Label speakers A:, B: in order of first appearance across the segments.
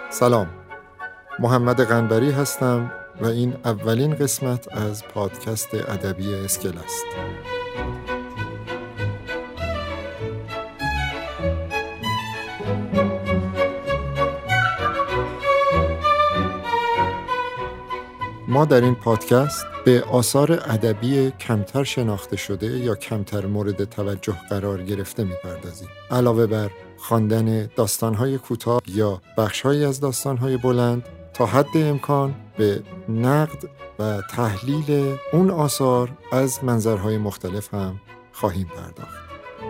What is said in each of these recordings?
A: سلام، محمد قنبری هستم و این اولین قسمت از پادکست ادبی اسکل است. ما در این پادکست به آثار ادبی کمتر شناخته شده یا کمتر مورد توجه قرار گرفته می‌پردازیم. علاوه بر خواندن داستان‌های کوتاه یا بخش‌هایی از داستان‌های بلند، تا حد امکان به نقد و تحلیل اون آثار از منظرهای مختلف هم خواهیم پرداخت.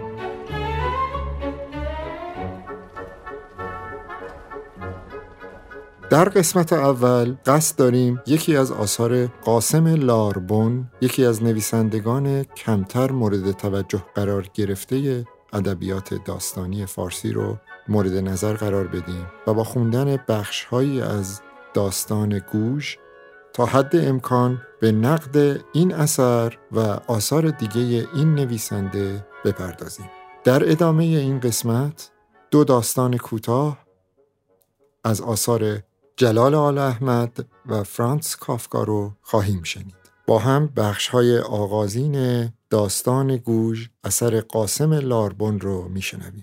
A: در قسمت اول قصد داریم یکی از آثار قاسم لاربون، یکی از نویسندگان کمتر مورد توجه قرار گرفته ادبیات داستانی فارسی رو مورد نظر قرار بدیم و با خوندن بخش‌هایی از داستان گوژ تا حد امکان به نقد این اثر و آثار دیگه این نویسنده بپردازیم. در ادامه این قسمت 2 داستان کوتاه از آثار جلال آل احمد و فرانتس کافکا رو خواهیم شنید. با هم بخش‌های آغازین داستان گوژ اثر قاسم لاربون رو میشنویم.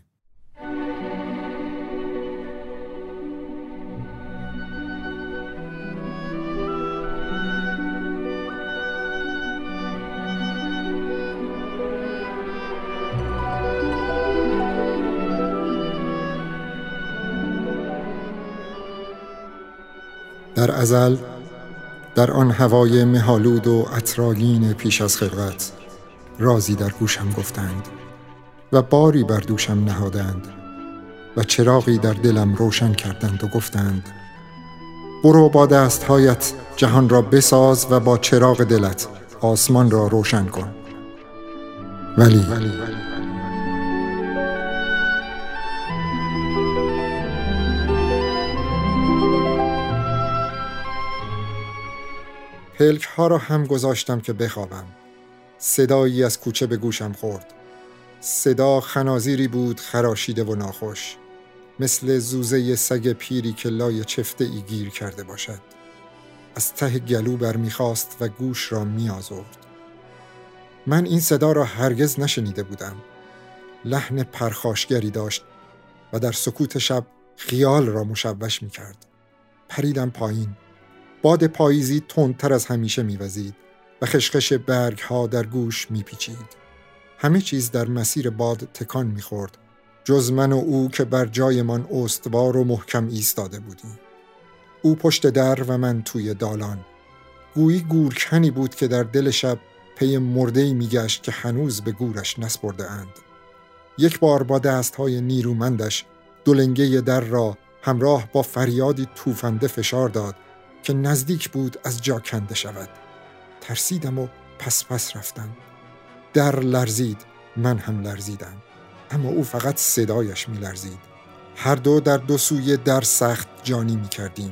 A: در ازل، در آن هوای مه‌آلود و عطرآگین پیش از خلقت، رازی در گوشم گفتند و باری بر دوشم نهادند و چراغی در دلم روشن کردند و گفتند: برو با دستهایت جهان را بساز و با چراغ دلت آسمان را روشن کن. ولی پلک ها را هم گذاشتم که بخوابم. صدایی از کوچه به گوشم خورد. صدا خنازیری بود، خراشیده و ناخوش، مثل زوزه سگ پیری که لای چفته ای گیر کرده باشد. از ته گلو برمیخواست و گوش را میآزرد. من این صدا را هرگز نشنیده بودم. لحن پرخاشگری داشت و در سکوت شب خیال را مشوش میکرد. پریدم پایین. باد پاییزی تندتر از همیشه میوزید و خشخش برگ ها در گوش میپیچید. همه چیز در مسیر باد تکان میخورد، جز من و او که بر جایمان استوار و محکم ایستاده بودیم. او پشت در و من توی دالان. گویی گورکنی بود که در دل شب پی مرده‌ای میگشت که هنوز به گورش نسپرده اند. یک بار با دستهای نیرومندش دولنگه در را همراه با فریادی توفنده فشار داد که نزدیک بود از جا کنده شود. ترسیدم و پس رفتم. در لرزید، من هم لرزیدم، اما او فقط صدایش می لرزید. هر دو در 2 سوی در سخت جانی می کردیم.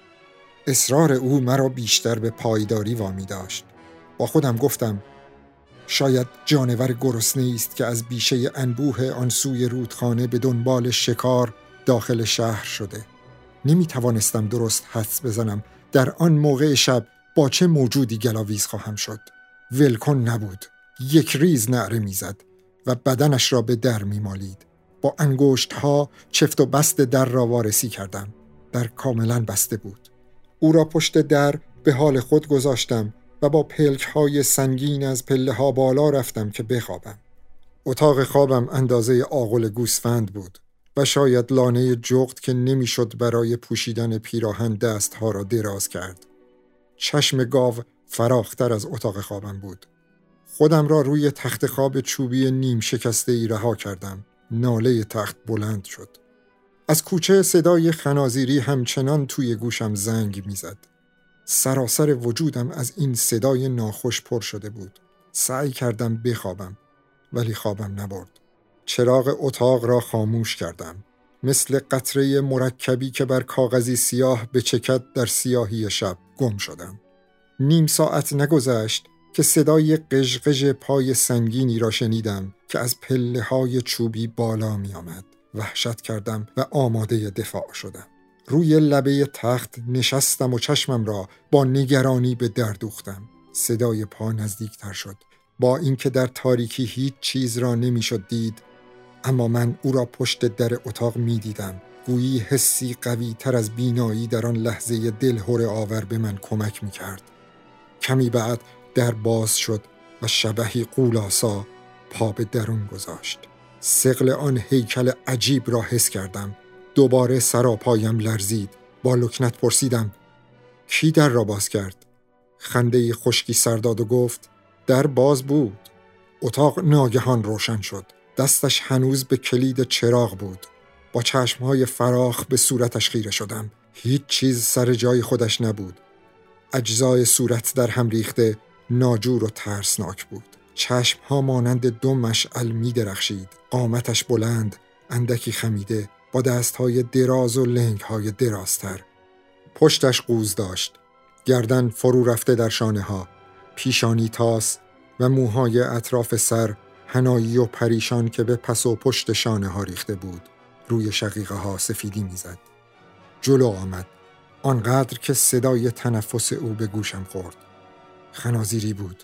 A: اصرار او مرا بیشتر به پایداری وامی داشت. با خودم گفتم شاید جانور گرسنه است که از بیشه انبوه آن سوی رودخانه به دنبال شکار داخل شهر شده. نمی توانستم درست حدس بزنم در آن موقع شب با چه موجودی گلاویز خواهم شد. ولکن نبود. یک ریز نعره میزد و بدنش را به در میمالید. با انگشت‌ها چفت و بست در را وارسی کردم. در کاملا بسته بود. او را پشت در به حال خود گذاشتم و با پلک‌های سنگین از پله‌ها بالا رفتم که بخوابم. اتاق خوابم اندازه آغل گوسفند بود و شاید لانه جغد که نمیشد برای پوشیدن پیراهن دستها را دراز کرد. چشم گاو فراختر از اتاق خوابم بود. خودم را روی تخت خواب چوبی نیم شکسته ای رها کردم. ناله تخت بلند شد. از کوچه صدای خنازیری همچنان توی گوشم زنگ میزد. سراسر وجودم از این صدای ناخوش پر شده بود. سعی کردم بخوابم ولی خوابم نبرد. چراغ اتاق را خاموش کردم. مثل قطره مرکبی که بر کاغذی سیاه بچکد در سیاهی شب گم شدم. نیم ساعت نگذشت که صدای قژقژ پای سنگینی را شنیدم که از پله‌های چوبی بالا می آمد. وحشت کردم و آماده دفاع شدم. روی لبه تخت نشستم و چشمم را با نگرانی به در دوختم. صدای پا نزدیکتر شد. با اینکه در تاریکی هیچ چیز را نمیشد دید، اما من او را پشت در اتاق می دیدم. گویی حسی قوی تر از بینایی در آن لحظه دلهره آور به من کمک می کرد. کمی بعد در باز شد و شبحی غول‌آسا پا به درون گذاشت. ثقل آن هیکل عجیب را حس کردم. دوباره سراپایم لرزید. با لکنت پرسیدم: کی در را باز کرد؟ خنده خشکی سر داد و گفت: در باز بود. اتاق ناگهان روشن شد. دستش هنوز به کلید چراغ بود. با چشمهای فراخ به صورتش خیره شدم. هیچ چیز سر جای خودش نبود. اجزای صورت در هم ریخته، ناجور و ترسناک بود. چشمها مانند دو مشعل می درخشید. قامتش بلند، اندکی خمیده، با دستهای دراز و لنگهای درازتر. پشتش قوز داشت. گردن فرو رفته در شانه ها، پیشانی تاس و موهای اطراف سر حنایی و پریشان که به پس و پشت شانه ها ریخته بود. روی شقیقه ها سفیدی میزد. جلو آمد، آنقدر که صدای تنفس او به گوشم خورد. خنازیری بود،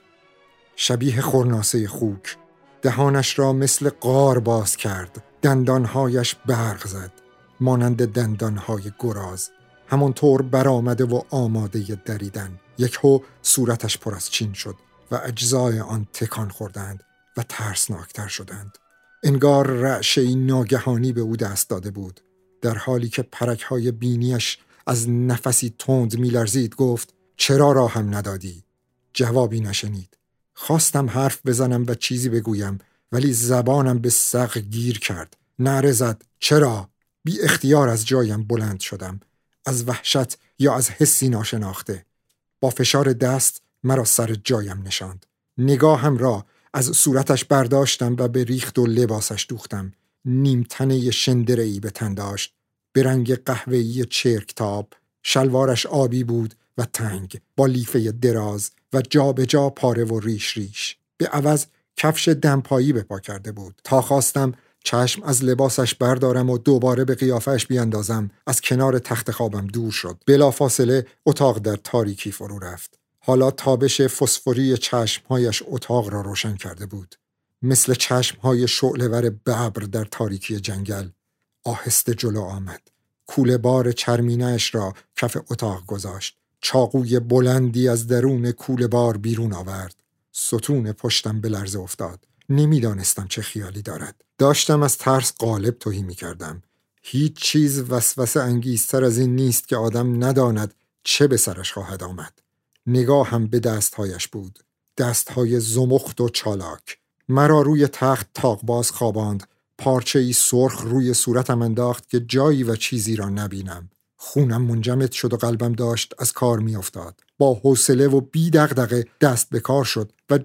A: شبیه خرناسه خوک. دهانش را مثل قار باز کرد. دندانهایش برق زد، مانند دندانهای گراز. همانطور برآمده و آماده دریدن. یکهو صورتش پر از چین شد و اجزای آن تکان خوردند و ترسناکتر شدند. انگار رعشه‌ای ناگهانی به او دست داده بود. در حالی که پرک‌های بینیش از نفسی تند می‌لرزید گفت: چرا راهم ندادی؟ جوابی نشنید. خواستم حرف بزنم و چیزی بگویم، ولی زبانم به سق گیر کرد. نعره زد: چرا؟ بی اختیار از جایم بلند شدم، از وحشت یا از حسی ناشناخته. با فشار دست مرا سر جایم نشاند. نگاهم را از صورتش برداشتم و به ریخت و لباسش دوختم. نیم تنه شندره‌ای به تن داشت، به رنگ قهوه‌ای چرکتاب. شلوارش آبی بود و تنگ، با لیفه دراز و جا به جا پاره و ریش ریش. به عوض کفش دمپایی به پا کرده بود. تا خواستم چشم از لباسش بردارم و دوباره به قیافش بیاندازم، از کنار تخت خوابم دور شد. بلافاصله اتاق در تاریکی فرو رفت. حالا تابش فسفوری چشمهایش اتاق را روشن کرده بود، مثل چشمهای شعله‌ور ببر در تاریکی جنگل. آهسته جلو آمد. کوله بار چرمینه‌اش را کف اتاق گذاشت. چاقوی بلندی از درون کوله بار بیرون آورد. ستون پشتم به لرزه افتاد. نمیدانستم چه خیالی دارد. داشتم از ترس قالب تهی می کردم. هیچ چیز وسوسه انگیزتر از این نیست که آدم نداند چه به سرش خواهد آمد. نگاه هم به دستهایش بود. دستهای زمخت و چالاک. مرا روی تخت طاق‌باز خواباند. پارچه‌ای سرخ روی صورتم انداخت که جایی و چیزی را نبینم. خونم منجمد شد و قلبم داشت از کار می افتاد. با حوصله و بی دغدغه دست به کار شد و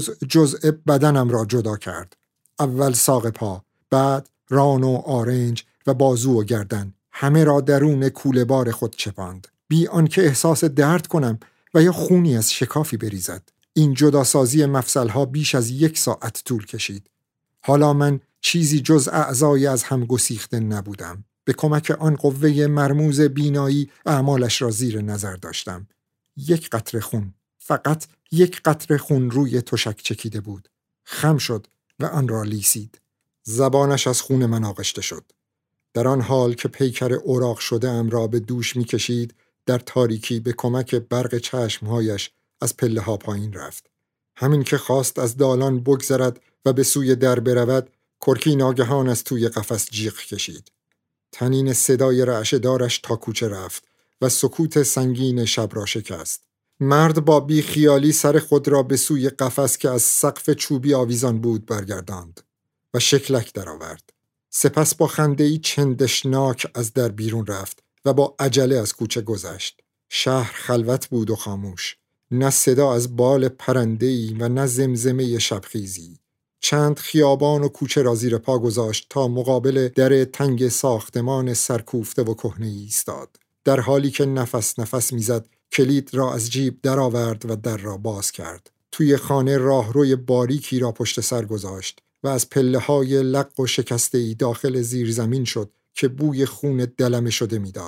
A: جزء بدنم را جدا کرد. اول ساق پا، بعد ران و آرنج و بازو و گردن. همه را درون کوله بار خود چپاند، بی آنکه احساس درد کنم و یا خونی از شکافی بریزد. این جداسازی مفصلها بیش از 1 ساعت طول کشید. حالا من چیزی جز اعضای از هم گسیخته نبودم. به کمک آن قوه مرموز بینایی اعمالش را زیر نظر داشتم. 1 قطره خون، فقط 1 قطره خون روی تشک چکیده بود. خم شد و آن را لیسید. زبانش از خون من آغشته شد. در آن حال که پیکر اوراق شده ام را به دوش می کشید، در تاریکی به کمک برق چشمهایش از پله ها پایین رفت. همین که خواست از دالان بگذرد و به سوی در برود، کرکی ناگهان از توی قفس جیغ کشید. تنین صدای رعشه‌دارش تا کوچه رفت و سکوت سنگین شب را شکست. مرد با بی خیالی سر خود را به سوی قفس که از سقف چوبی آویزان بود برگرداند و شکلک درآورد. سپس با خنده‌ای چندشناک از در بیرون رفت و با عجله از کوچه گذشت. شهر خلوت بود و خاموش. نه صدا از بال پرنده‌ای و نه زمزمه شبخیزی. چند خیابان و کوچه را زیر پا گذاشت تا مقابل در تنگ ساختمان سرکوفته و کهنه ایستاد. در حالی که نفس نفس میزد، کلید را از جیب درآورد و در را باز کرد. توی خانه راهروی باریکی را پشت سر گذاشت و از پله‌های لق و شکسته‌ای داخل زیرزمین شد که بوی خون دلمه شده میداد.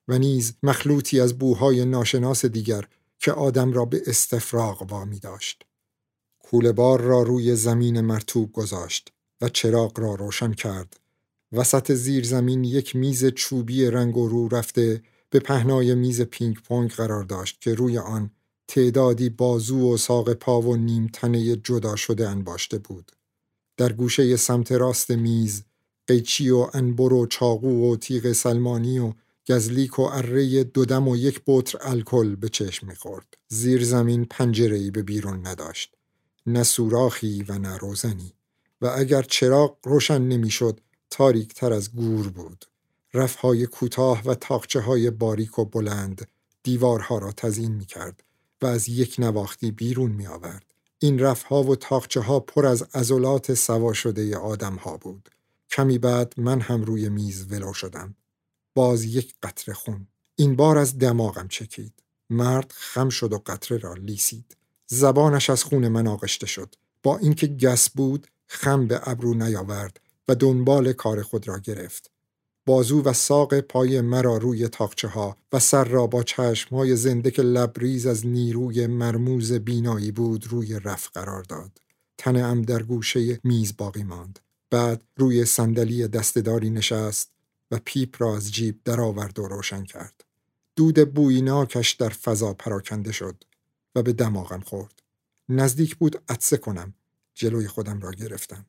A: و نیز مخلوطی از بوهای ناشناس دیگر که آدم را به استفراغ وامی داشت. کوله‌بار را روی زمین مرطوب گذاشت و چراغ را روشن کرد. وسط زیر زمین یک میز چوبی رنگ و رو رفته به پهنای میز پینگ پونگ قرار داشت که روی آن تعدادی بازو و ساق پا و نیم تنه جدا شده انباشته بود. در گوشه سمت راست میز قیچی و انبر و چاقو و تیغ سلمانی و گزلیک و اره دودم و یک بطر الکل به چشم می‌خورد. زیر زمین پنجره‌ای به بیرون نداشت، نه سوراخی و نه روزنی، و اگر چراغ روشن نمی‌شد تاریک تر از گور بود. رف‌های کوتاه و تاقچه‌های باریک و بلند دیوارها را تزیین می‌کرد و از یک نواختی بیرون می‌آورد. این رف‌ها و تاقچه‌ها پر از عضلات سوا شده آدم‌ها بود. کمی بعد من هم روی میز ولو شدم. باز یک قطره خون. این بار از دماغم چکید. مرد خم شد و قطره را لیسید. زبانش از خون من آغشته شد. با اینکه گس بود خم به ابرو نیاورد و دنبال کار خود را گرفت. بازو و ساق پای مرا روی تاقچه‌ها و سر را با چشم‌های زنده که لبریز از نیروی مرموز بینایی بود روی رف قرار داد. تنم در گوشه میز باقی ماند. بعد روی صندلی دسته‌داری نشست و پیپ را از جیب درآورد و روشن کرد. دود بویناکش در فضا پراکنده شد و به دماغم خورد. نزدیک بود عطسه کنم. جلوی خودم را گرفتم.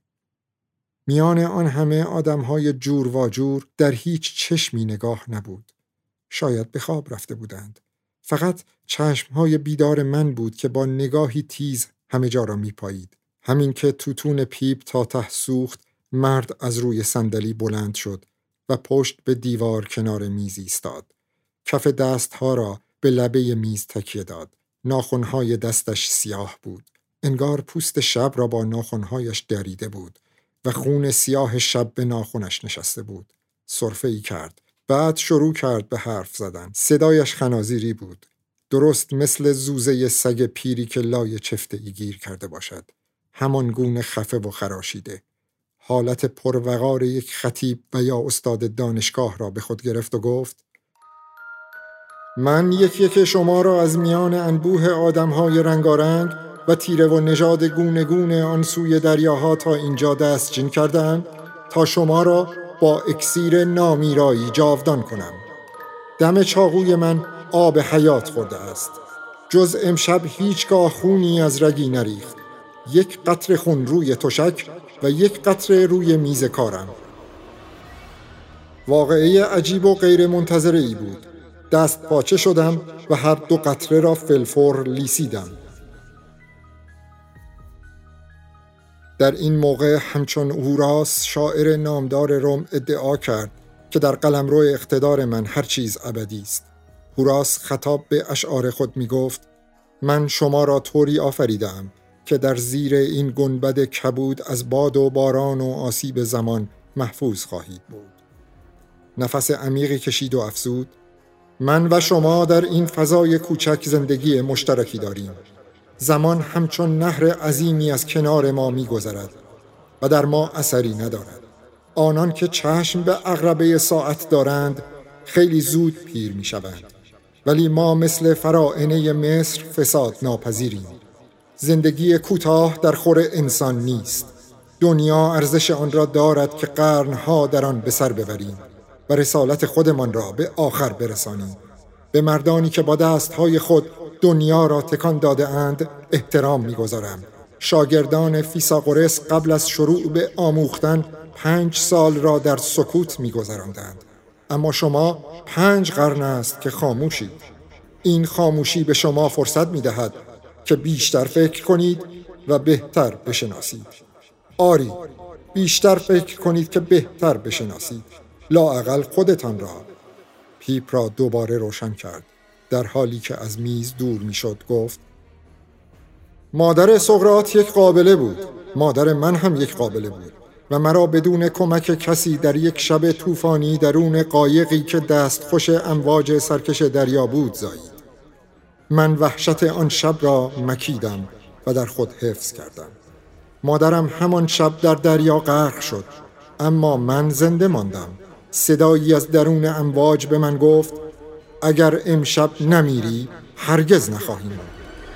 A: میان آن همه آدم‌های جور و جور در هیچ چشمی نگاه نبود. شاید به خواب رفته بودند. فقط چشم‌های بیدار من بود که با نگاهی تیز همه جا را می‌پایید. همین که توتون پیپ تا ته سوخت، مرد از روی صندلی بلند شد و پشت به دیوار کنار میز ایستاد. کف دست‌ها را به لبه میز تکیه داد. ناخن‌های دستش سیاه بود. انگار پوست شب را با ناخن‌هایش دریده بود و خون سیاه شب به ناخنش نشسته بود. سرفه‌ای کرد. بعد شروع کرد به حرف زدن. صدایش خنازیری بود. درست مثل زوزه سگ پیری که لای چفته‌ای گیر کرده باشد. همان گونه خفه و خراشیده. حالت پروقار یک خطیب و یا استاد دانشگاه را به خود گرفت و گفت: من یک شما را از میان انبوه آدم‌های رنگارنگ و تیره و نژاد گونه گونه آن سوی دریاها تا اینجا دستچین کردم تا شما را با اکسیر نامیرایی جاودان کنم. دم چاقوی من آب حیات خورده است. جز امشب هیچگاه خونی از رگی نریخت. یک قطره خون روی تشک و یک قطره روی میز کارم. واقعه عجیب و غیر منتظره‌ای بود. دست پاچه شدم و هر دو قطره را فلفور لیسیدم. در این موقع همچون هوراس شاعر نامدار روم ادعا کرد که در قلمرو اقتدار من هر چیز ابدی است. هوراس خطاب به اشعار خود می گفت: من شما را طوری آفریدم که در زیر این گنبد کبود از باد و باران و آسیب زمان محفوظ خواهید بود. نفس عمیقی کشید و افزود: من و شما در این فضای کوچک زندگی مشترکی داریم. زمان همچون نهر عظیمی از کنار ما می گذرد و در ما اثری ندارد. آنان که چشم به عقربه ساعت دارند خیلی زود پیر می شوند، ولی ما مثل فراعنه مصر فساد ناپذیریم. زندگی کوتاه در خور انسان نیست. دنیا ارزش آن را دارد که قرنها در آن به سر ببریم و رسالت خودمان را به آخر برسانیم. به مردانی که با دستهای خود دنیا را تکان داده اند احترام می‌گذارم. شاگردان فیثاغورس قبل از شروع به آموختن 5 سال را در سکوت می‌گذراندند. اما شما 5 قرن است که خاموشید. این خاموشی به شما فرصت می‌دهد که بیشتر فکر کنید و بهتر بشناسید. آری، بیشتر فکر کنید که بهتر بشناسید. لااقل خودتان را. پیپ را دوباره روشن کرد. در حالی که از میز دور میشد گفت: مادر سقراط یک قابله بود. مادر من هم یک قابله بود و مرا بدون کمک کسی در یک شب طوفانی درون قایقی که دستخوش امواج سرکش دریا بود زایید. من وحشت آن شب را مکیدم و در خود حفظ کردم. مادرم همان شب در دریا غرق شد، اما من زنده ماندم. صدایی از درون امواج به من گفت: اگر امشب نمیری هرگز نخواهیم مرد.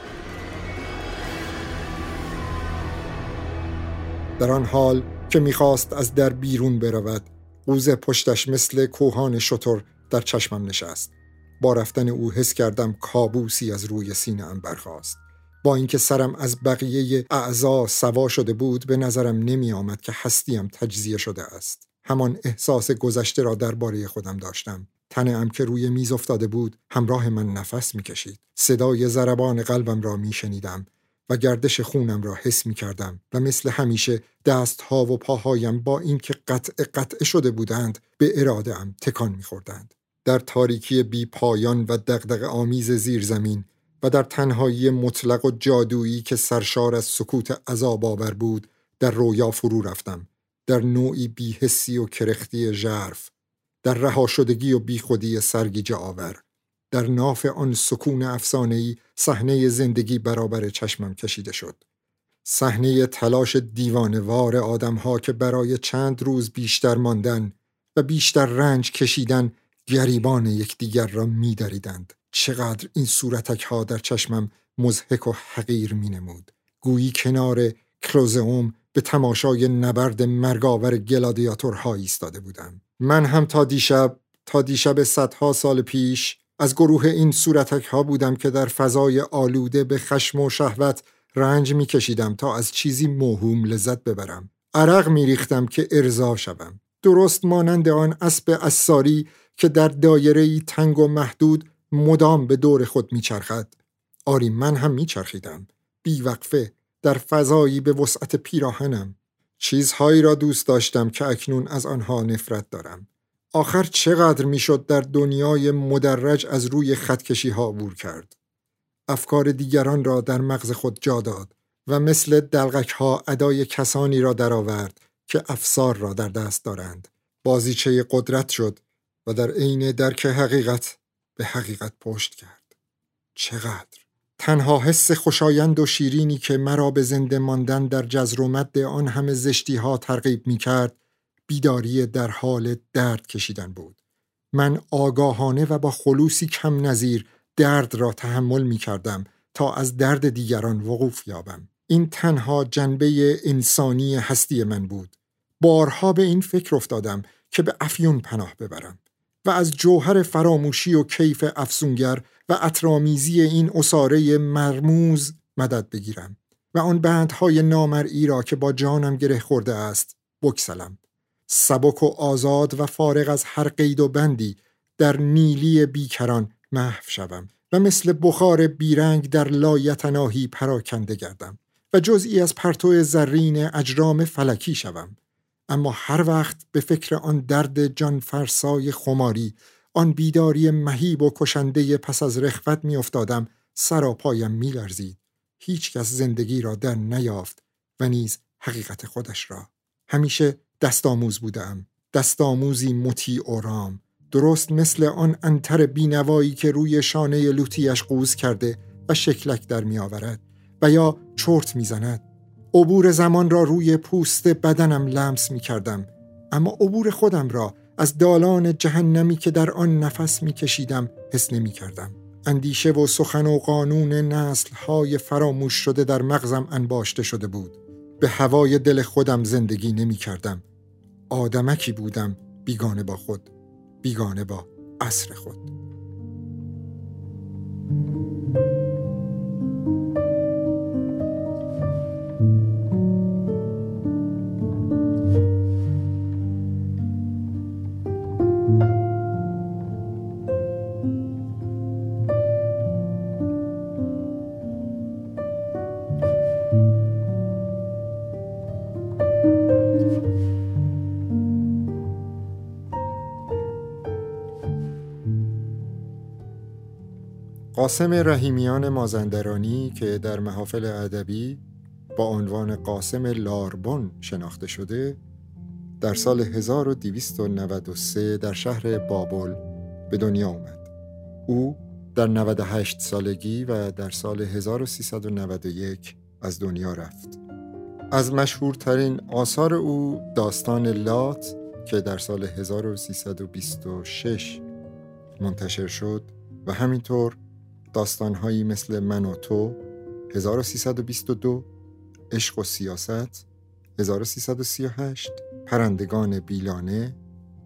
A: در آن حال که میخواست از در بیرون برود، قوز پشتش مثل کوهان شتر در چشمم نشست. با رفتن او حس کردم کابوسی از روی سینه‌ام برخاست. با اینکه سرم از بقیه اعضا سوا شده بود، به نظرم نمی آمد که هستیم تجزیه شده است. همان احساس گذشته را درباره خودم داشتم. تنم که روی میز افتاده بود همراه من نفس می کشید. صدای ضربان قلبم را می شنیدم و گردش خونم را حس می کردم و مثل همیشه دستها و پاهایم با اینکه قطع شده بودند به اراده‌ام تکان می خوردند. در تاریکی بی پایان و دغدغه آمیز زیرزمین و در تنهایی مطلق و جادویی که سرشار از سکوت عذاب آور بود، در رویا فرو رفتم، در نوعی بی‌حسی و کرختی ژرف، در رهاشدگی و بیخودی سرگیجه آور. در ناف آن سکون افسانه‌ای صحنه زندگی برابر چشمم کشیده شد. صحنه تلاش دیوانه‌وار آدم‌ها که برای چند روز بیشتر ماندن و بیشتر رنج کشیدن گریبان یکدیگر را می‌دریدند. چقدر این صورتک‌ها در چشمم مضحک و حقیر می‌نمود. گویی کنار کلوزئوم به تماشای نبرد مرگاور گلادیاتورها ایستاده بودم. من هم تا دیشب صدها سال پیش از گروه این صورتک‌ها بودم که در فضای آلوده به خشم و شهوت رنج می‌کشیدم تا از چیزی موهوم لذت ببرم. عرق می‌ریختم که ارضا شوم، درست مانند آن اسب عصاری که در دایره‌ای تنگ و محدود مدام به دور خود میچرخد. آری، من هم میچرخیدم، بیوقفه، در فضایی به وسعت پیراهنم. چیزهایی را دوست داشتم که اکنون از آنها نفرت دارم. آخر چقدر میشد در دنیای مدرج از روی خطکشی‌ها عبور کرد. افکار دیگران را در مغز خود جا داد و مثل دلغک‌ها ادای کسانی را درآورد که افسار را در دست دارند. بازیچه قدرت شد و در عین درک حقیقت به حقیقت پشت کرد. چقدر تنها حس خوشایند و شیرینی که مرا به زنده ماندن در جزر و مد آن همه زشتی ها ترغیب می کرد، بیداری در حال درد کشیدن بود. من آگاهانه و با خلوصی کم نظیر درد را تحمل می کردم تا از درد دیگران وقوف یابم. این تنها جنبه انسانی هستی من بود. بارها به این فکر افتادم که به افیون پناه ببرم و از جوهر فراموشی و کیف افسونگر و اطرامیزی این اساره مرموز مدد بگیرم و آن بندهای نامرئی را که با جانم گره خورده است بکسلم. سبک و آزاد و فارغ از هر قید و بندی در نیلی بیکران محو شوم و مثل بخار بیرنگ در لایتناهی پراکنده گردم و جزئی از پرتو زرین اجرام فلکی شوم. اما هر وقت به فکر آن درد جان فرسای خماری، آن بیداری مهیب و کشنده پس از رخوت می افتادم، سراپایم می لرزید. هیچ کس زندگی را در نیافت و نیز حقیقت خودش را. همیشه دستآموز بودم، دستآموزی مطیع و رام، درست مثل آن عنتر بینوایی که روی شانه لوتیش قوز کرده و شکلک در می آورد و یا چرت می زند. عبور زمان را روی پوست بدنم لمس می کردم، اما عبور خودم را از دالان جهنمی که در آن نفس می کشیدم حس نمی کردم. اندیشه و سخن و قانون نسل‌های فراموش شده در مغزم انباشته شده بود. به هوای دل خودم زندگی نمی کردم. آدمکی بودم بیگانه با خود، بیگانه با عصر خود. قاسم رحیمیان مازندرانی که در محافل ادبی با عنوان قاسم لاربون شناخته شده، در سال 1293 در شهر بابل به دنیا آمد. او در 98 سالگی و در سال 1391 از دنیا رفت. از مشهورترین آثار او داستان لات که در سال 1326 منتشر شد و همینطور داستان‌هایی مثل من و تو 1322، عشق و سیاست 1338، پرندگان بیلانه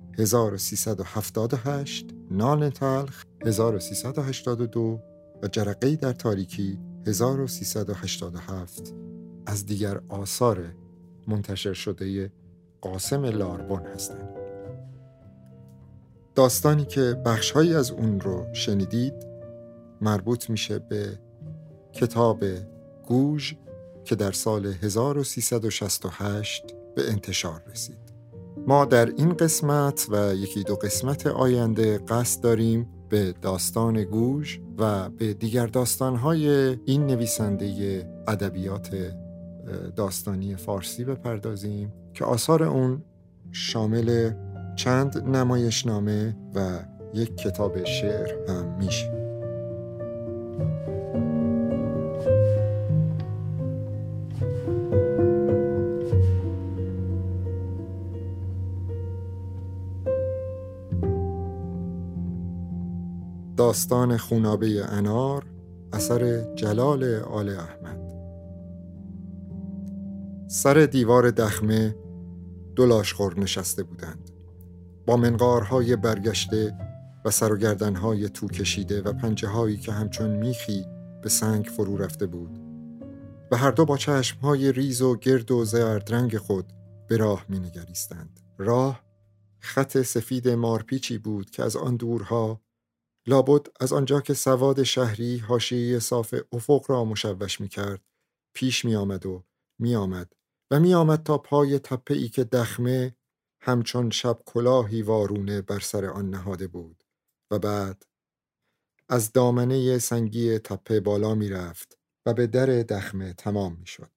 A: 1378، نان تلخ 1382 و جرقه‌ای در تاریکی 1387 از دیگر آثار منتشر شده قاسم لاروان هستند. داستانی که بخش‌هایی از اون رو شنیدید مربوط میشه به کتاب گوژ که در سال 1368 به انتشار رسید. ما در این قسمت و یکی دو قسمت آینده قصد داریم به داستان گوژ و به دیگر داستان‌های این نویسنده ادبیات داستانی فارسی بپردازیم که آثار اون شامل چند نمایشنامه و یک کتاب شعر هم میشه. داستان خونابه انار اثر جلال آل احمد. سر دیوار دخمه دو لاشخور نشسته بودند، با منقارهای برگشته و سر و گردنهای تو کشیده و پنجه هایی که همچون میخی به سنگ فرو رفته بود و هر دو با چشمهای ریز و گرد و زردرنگ خود به راه می نگریستند. راه خط سفید مارپیچی بود که از آن دورها، لابد از آنجا که سواد شهری حاشیه صاف افق را مشوش می کرد، پیش می آمد و می آمد و می آمد تا پای تپه‌ای که دخمه همچون شب کلاهی وارونه بر سر آن نهاده بود و بعد از دامنه سنگی تپه بالا می رفت و به در دخمه تمام می شد.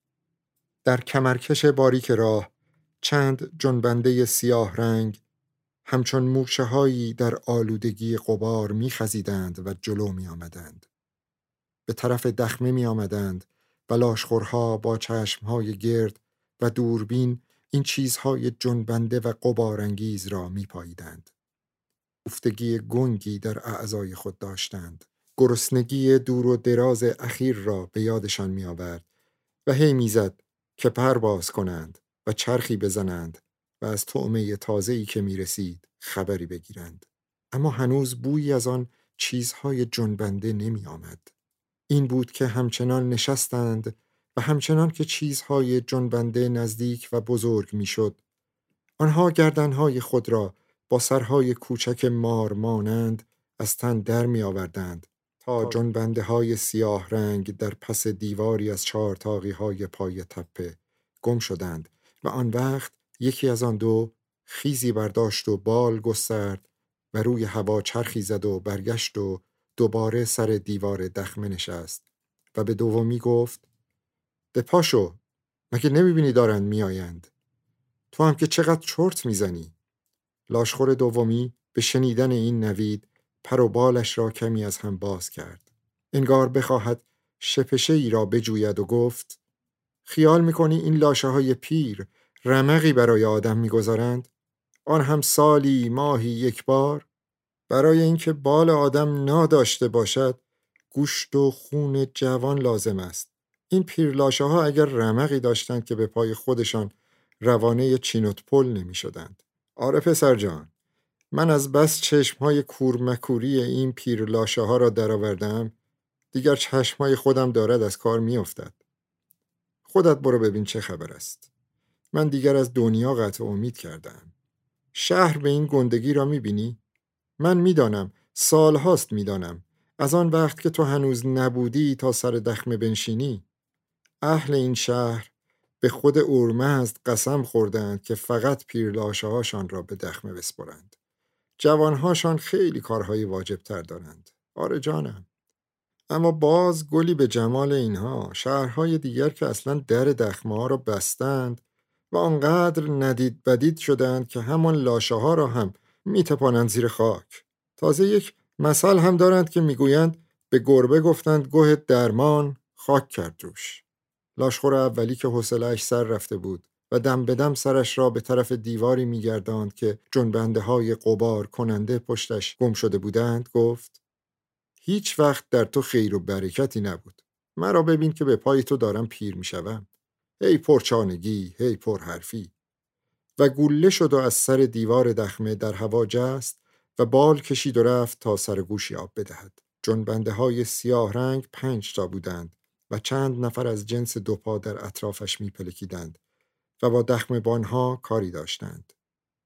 A: در کمرکش باریک راه چند جنبنده سیاه رنگ همچون موشه هایی در آلودگی غبار می خزیدند و جلو می آمدند. به طرف دخمه می آمدند و لاشخورها با چشمهای گرد و دوربین این چیزهای جنبنده و غبارانگیز را می پاییدند. افتگی گنگی در اعضای خود داشتند. گرسنگی دور و دراز اخیر را به یادشان می آورد و هی می زد که پر باز کنند و چرخی بزنند و از طعمه تازه‌ای که می رسید خبری بگیرند. اما هنوز بویی از آن چیزهای جنبنده نمی آمد. این بود که همچنان نشستند و همچنان که چیزهای جنبنده نزدیک و بزرگ می شد، آنها گردنهای خود را با سرهای کوچک مار مانند از تن در می آوردند تا جنبنده های سیاه رنگ در پس دیواری از 4 تاقی های پای تپه گم شدند و آن وقت یکی از آن دو خیزی برداشت و بال گسترد و روی هوا چرخی زد و برگشت و دوباره سر دیوار دخمه نشست و به دومی گفت: به پاشو، مگه نمیبینی دارن میآیند؟ تو هم که چقدر چرت میزنی؟ لاشخور دومی به شنیدن این نوید پر و بالش را کمی از هم باز کرد، انگار بخواهد شپشه ای را بجوید و گفت: خیال میکنی این لاشه های پیر رمقی برای آدم میگذارند؟ آن هم سالی ماهی یک بار؟ برای اینکه بال آدم ناداشته باشد گوشت و خون جوان لازم است. این پیرلاشه ها اگر رمقی داشتند که به پای خودشان روانه چینوتپل نمی شدند. آره پسر جان، من از بس چشمهای کورمکوری این پیرلاشه ها را درآوردم، دیگر چشمهای خودم دارد از کار می افتد. خودت برو ببین چه خبر است. من دیگر از دنیا قطع امید کردم. شهر به این گندگی را می بینی؟ من میدانم، سالهاست میدانم، از آن وقت که تو هنوز نبودی تا سر دخمه بنشینی. اهل این شهر به خود اورمزد قسم خوردند که فقط پیرلاشه هاشان را به دخمه بسپرند. جوانهاشان خیلی کارهای واجب تر دارند. آره جانم. اما باز گلی به جمال اینها، شهرهای دیگر که اصلا در دخمه ها را بستند و آنقدر ندید بدید شدند که همان لاشه ها را هم میتپانند زیر خاک. تازه یک مثل هم دارند که میگویند به گربه گفتند گوه درمان، خاک کرد روش. لاشخور اولی که حوصله‌اش سر رفته بود و دم به دم سرش را به طرف دیواری می‌گرداند که جنبنده‌های غبار کننده پشتش گم شده بودند، گفت: هیچ وقت در تو خیر و برکتی نبود. مرا ببین که به پای تو دارم پیر می‌شوم. هی پرچانگی، هی پرحرفی. و گوله شد و از سر دیوار دخمه در هوا جست و بال کشید و رفت تا سر گوشی آب بدهد. جنبنده‌های سیاه رنگ 5 تا بودند و چند نفر از جنس دوپا در اطرافش می‌پلکیدند و با دخمه‌بان‌ها کاری داشتند.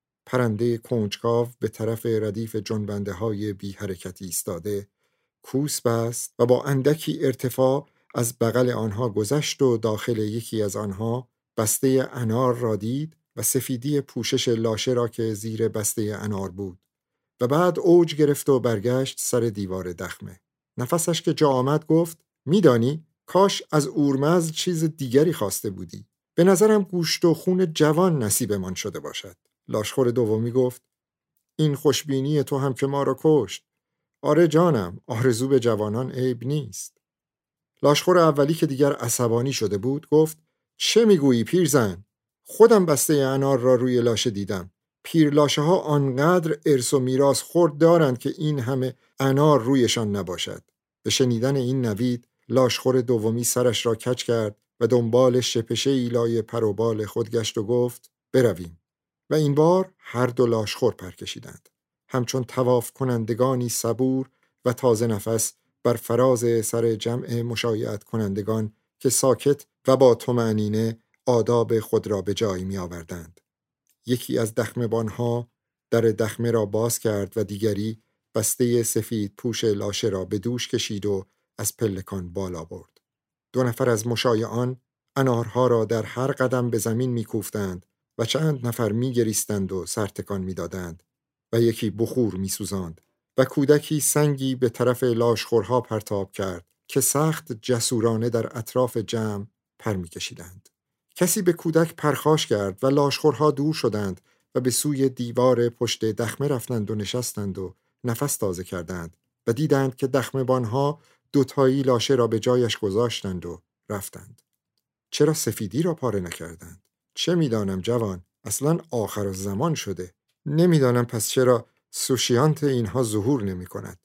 A: پرنده کنجکاو به طرف ردیف جنبنده‌های بی حرکتی ایستاده، کوس بست و با اندکی ارتفاع از بغل آنها گذشت و داخل یکی از آنها بسته انار را دید و سفیدی پوشش لاشه را که زیر بسته انار بود و بعد اوج گرفت و برگشت سر دیوار دخمه. نفسش که جا آمد گفت: میدانی کاش از اورمزد چیز دیگری خواسته بودی. به نظرم گوشت و خون جوان نصیبمان شده باشد. لاشخور دومی گفت: این خوشبینی تو هم که ما را کشت. آره جانم، آرزو به جوانان عیب نیست. لاشخور اولی که دیگر عصبانی شده بود گفت: چه میگویی پیرزن؟ خودم بسته انار را روی لاشه دیدم. پیرلاشه ها آنقدر ارث و میراث خورد دارند که این همه انار رویشان نباشد. به شنیدن این نوید لاشخور دومی سرش را کج کرد و دنبال شپشه ایلای پر و بال خود گشت و گفت: برویم. و این بار هر دو لاشخور پر کشیدند، همچون طواف کنندگانی صبور و تازه نفس بر فراز سر جمع مشایعت کنندگان که ساکت و با طمأنینه آداب خود را به جای می آوردند. یکی از دخمه‌بانها در دخمه را باز کرد و دیگری بسته سفید پوش لاشه را به دوش کشید و از پلکان بالا برد. 2 نفر از مشایعان انارها را در هر قدم به زمین می کوفتند و چند نفر می گریستند و سرتکان می دادند و یکی بخور می سوزاند و کودکی سنگی به طرف لاشخورها پرتاب کرد که سخت جسورانه در اطراف جمع پر می کشیدند. کسی به کودک پرخاش کرد و لاشخورها دور شدند و به سوی دیوار پشت دخمه رفتند و نشستند و نفس تازه کردند و دیدند که دخمه‌بانها 2 تایی لاشه را به جایش گذاشتند و رفتند. چرا سفیدی را پاره نکردند؟ چه میدانم جوان، اصلا آخر الزمان شده. نمیدانم پس چرا سوشیانت اینها ظهور نمی کند.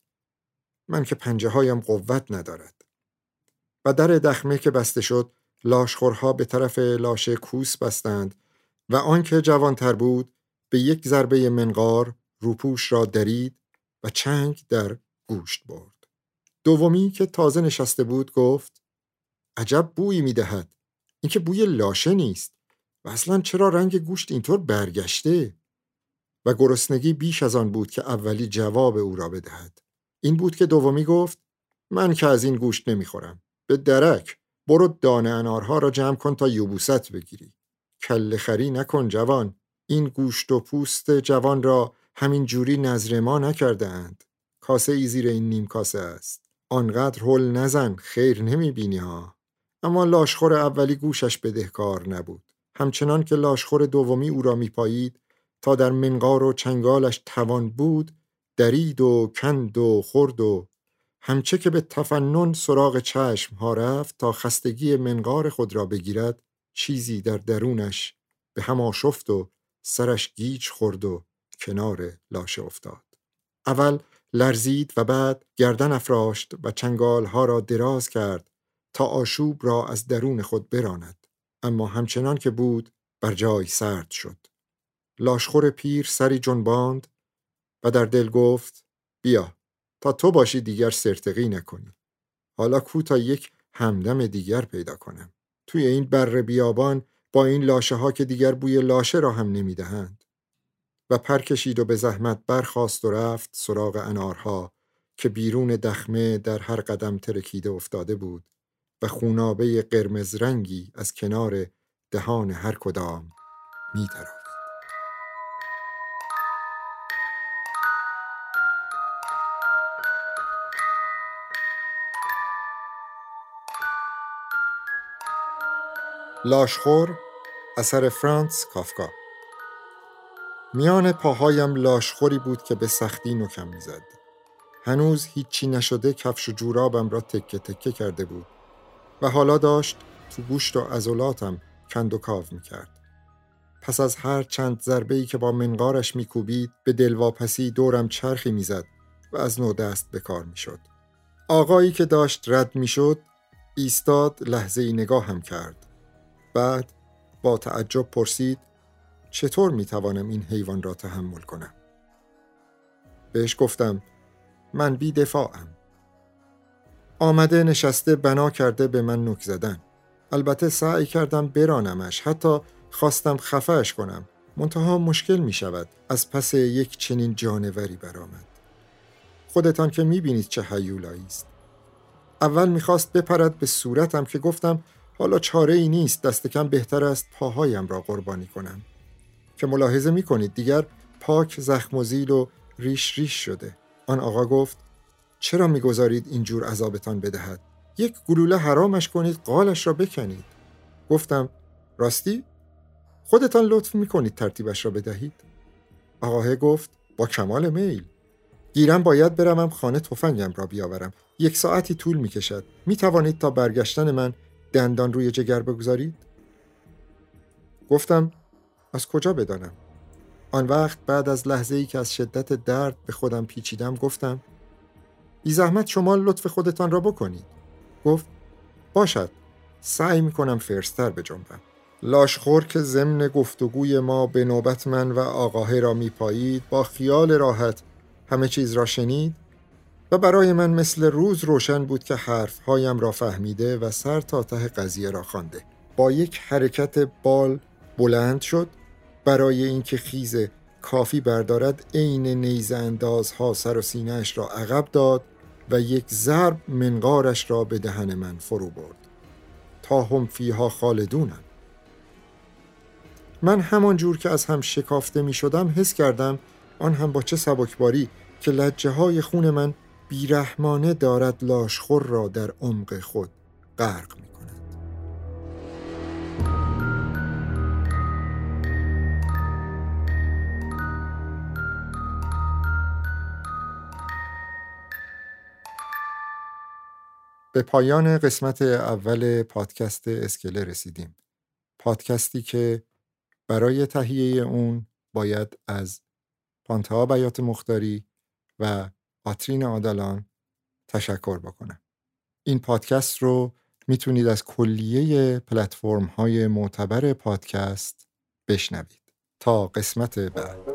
A: من که پنجه هایم قوت ندارد. و در دخمه که بسته شد، لاشخورها به طرف لاشه کوس بستند و آنکه جوانتر بود به یک ضربه منقار روپوش را درید و چنگ در گوشت برد. دومی که تازه نشسته بود گفت: عجب بویی میدهد. این که بوی لاشه نیست و اصلا چرا رنگ گوشت اینطور برگشته؟ و گرسنگی بیش از آن بود که اولی جواب او را بدهد. این بود که دومی گفت: من که از این گوشت نمیخورم. به درک، برو دانه انارها را جمع کن تا یبوست بگیری. کله خری نکن جوان. این گوشت و پوست جوان را همین جوری نذر ما نکرده اند. کاسه ای زیر این نیم کاسه است. آنقدر هول نزن، خیر نمیبینی ها. اما لاشخور اولی گوشش بدهکار نبود. همچنان که لاشخور دومی او را میپایید تا در منقار و چنگالش توان بود، درید و کند و خورد و همچه که به تفنن سراغ چشم ها رفت تا خستگی منقار خود را بگیرد، چیزی در درونش به هم آشفت و سرش گیج خورد و کنار لاشه افتاد. اول لرزید و بعد گردن افراشت و چنگال ها را دراز کرد تا آشوب را از درون خود براند، اما همچنان که بود بر جای سرد شد. لاشخور پیر سری جنباند و در دل گفت: بیا تا تو باشی دیگر سرتقی نکنی. حالا کو تا یک همدم دیگر پیدا کنم توی این بر بیابان با این لاشه ها که دیگر بوی لاشه را هم نمیدهند. و پر کشید و به زحمت برخاست و رفت سراغ انارها که بیرون دخمه در هر قدم ترکیده افتاده بود و خونابه قرمز رنگی از کنار دهان هر کدام می‌درآمد. لاشخور اثر فرانتس کافکا. میان پاهایم لاشخوری بود که به سختی نوکم میزد. هنوز هیچی نشده کفش و جورابم را تکه تکه کرده بود و حالا داشت تو گوشت و عضلاتم کند و کاو میکرد. پس از هر چند ضربه‌ای که با منقارش میکوبید به دلواپسی دورم چرخی میزد و از نو دست به کار میشد. آقایی که داشت رد میشد ایستاد، لحظه‌ای نگاه هم کرد. بعد با تعجب پرسید چطور میتوانم این حیوان را تحمل کنم؟ بهش گفتم من بی دفاعم. آمده نشسته بنا کرده به من نوک زدن. البته سعی کردم برانمش، حتی خواستم خفه‌اش کنم، منتها مشکل می شود. از پس یک چنین جانوری برآمد. خودتان که می بینید چه هیولایی است. اول می خواست بپرد به صورتم که گفتم حالا چاره ای نیست، دست کم بهتر است پاهایم را قربانی کنم. که ملاحظه می کنید دیگر پاک زخم و زیل و ریش ریش شده. آن آقا گفت چرا میگذارید اینجور عذابتان بدهد؟ یک گلوله حرامش کنید، قالش را بکنید. گفتم راستی؟ خودتان لطف میکنید ترتیبش را بدهید؟ آقاه گفت با کمال میل. گیرم باید بروم خانه تفنگم را بیاورم. 1 ساعتی طول میکشد. میتوانید تا برگشتن من دندان روی جگر بگذارید؟ گفتم از کجا بدانم؟ آن وقت بعد از لحظه‌ای که از شدت درد به خودم پیچیدم گفتم بی زحمت شما لطف خودتان را بکنید. گفت باشد، سعی میکنم فرستر بجنبم. لاشخور که ضمن گفتگوی ما به نوبت من و آقاه را میپایید با خیال راحت همه چیز را شنید و برای من مثل روز روشن بود که حرفهایم را فهمیده و سر تا ته قضیه را خوانده. با یک حرکت بال بلند شد، برای اینکه خیز کافی بردارد عین نیزه اندازها سر و سینه‌اش را عقب داد و یک ضرب منقارش را به دهن من فرو برد. تا هم فیها خالدونم. من همان جور که از هم شکافته می شدم حس کردم آن هم با چه سبکباری که لجه های خون من بیرحمانه دارد لاشخور را در عمق خود غرق می کند. به پایان قسمت اول پادکست اسکله رسیدیم. پادکستی که برای تهیه اون باید از پانتا بیات مختاری و آترین عادلان تشکر بکنم. این پادکست رو میتونید از کلیه پلتفرم‌های معتبر پادکست بشنوید. تا قسمت بعد.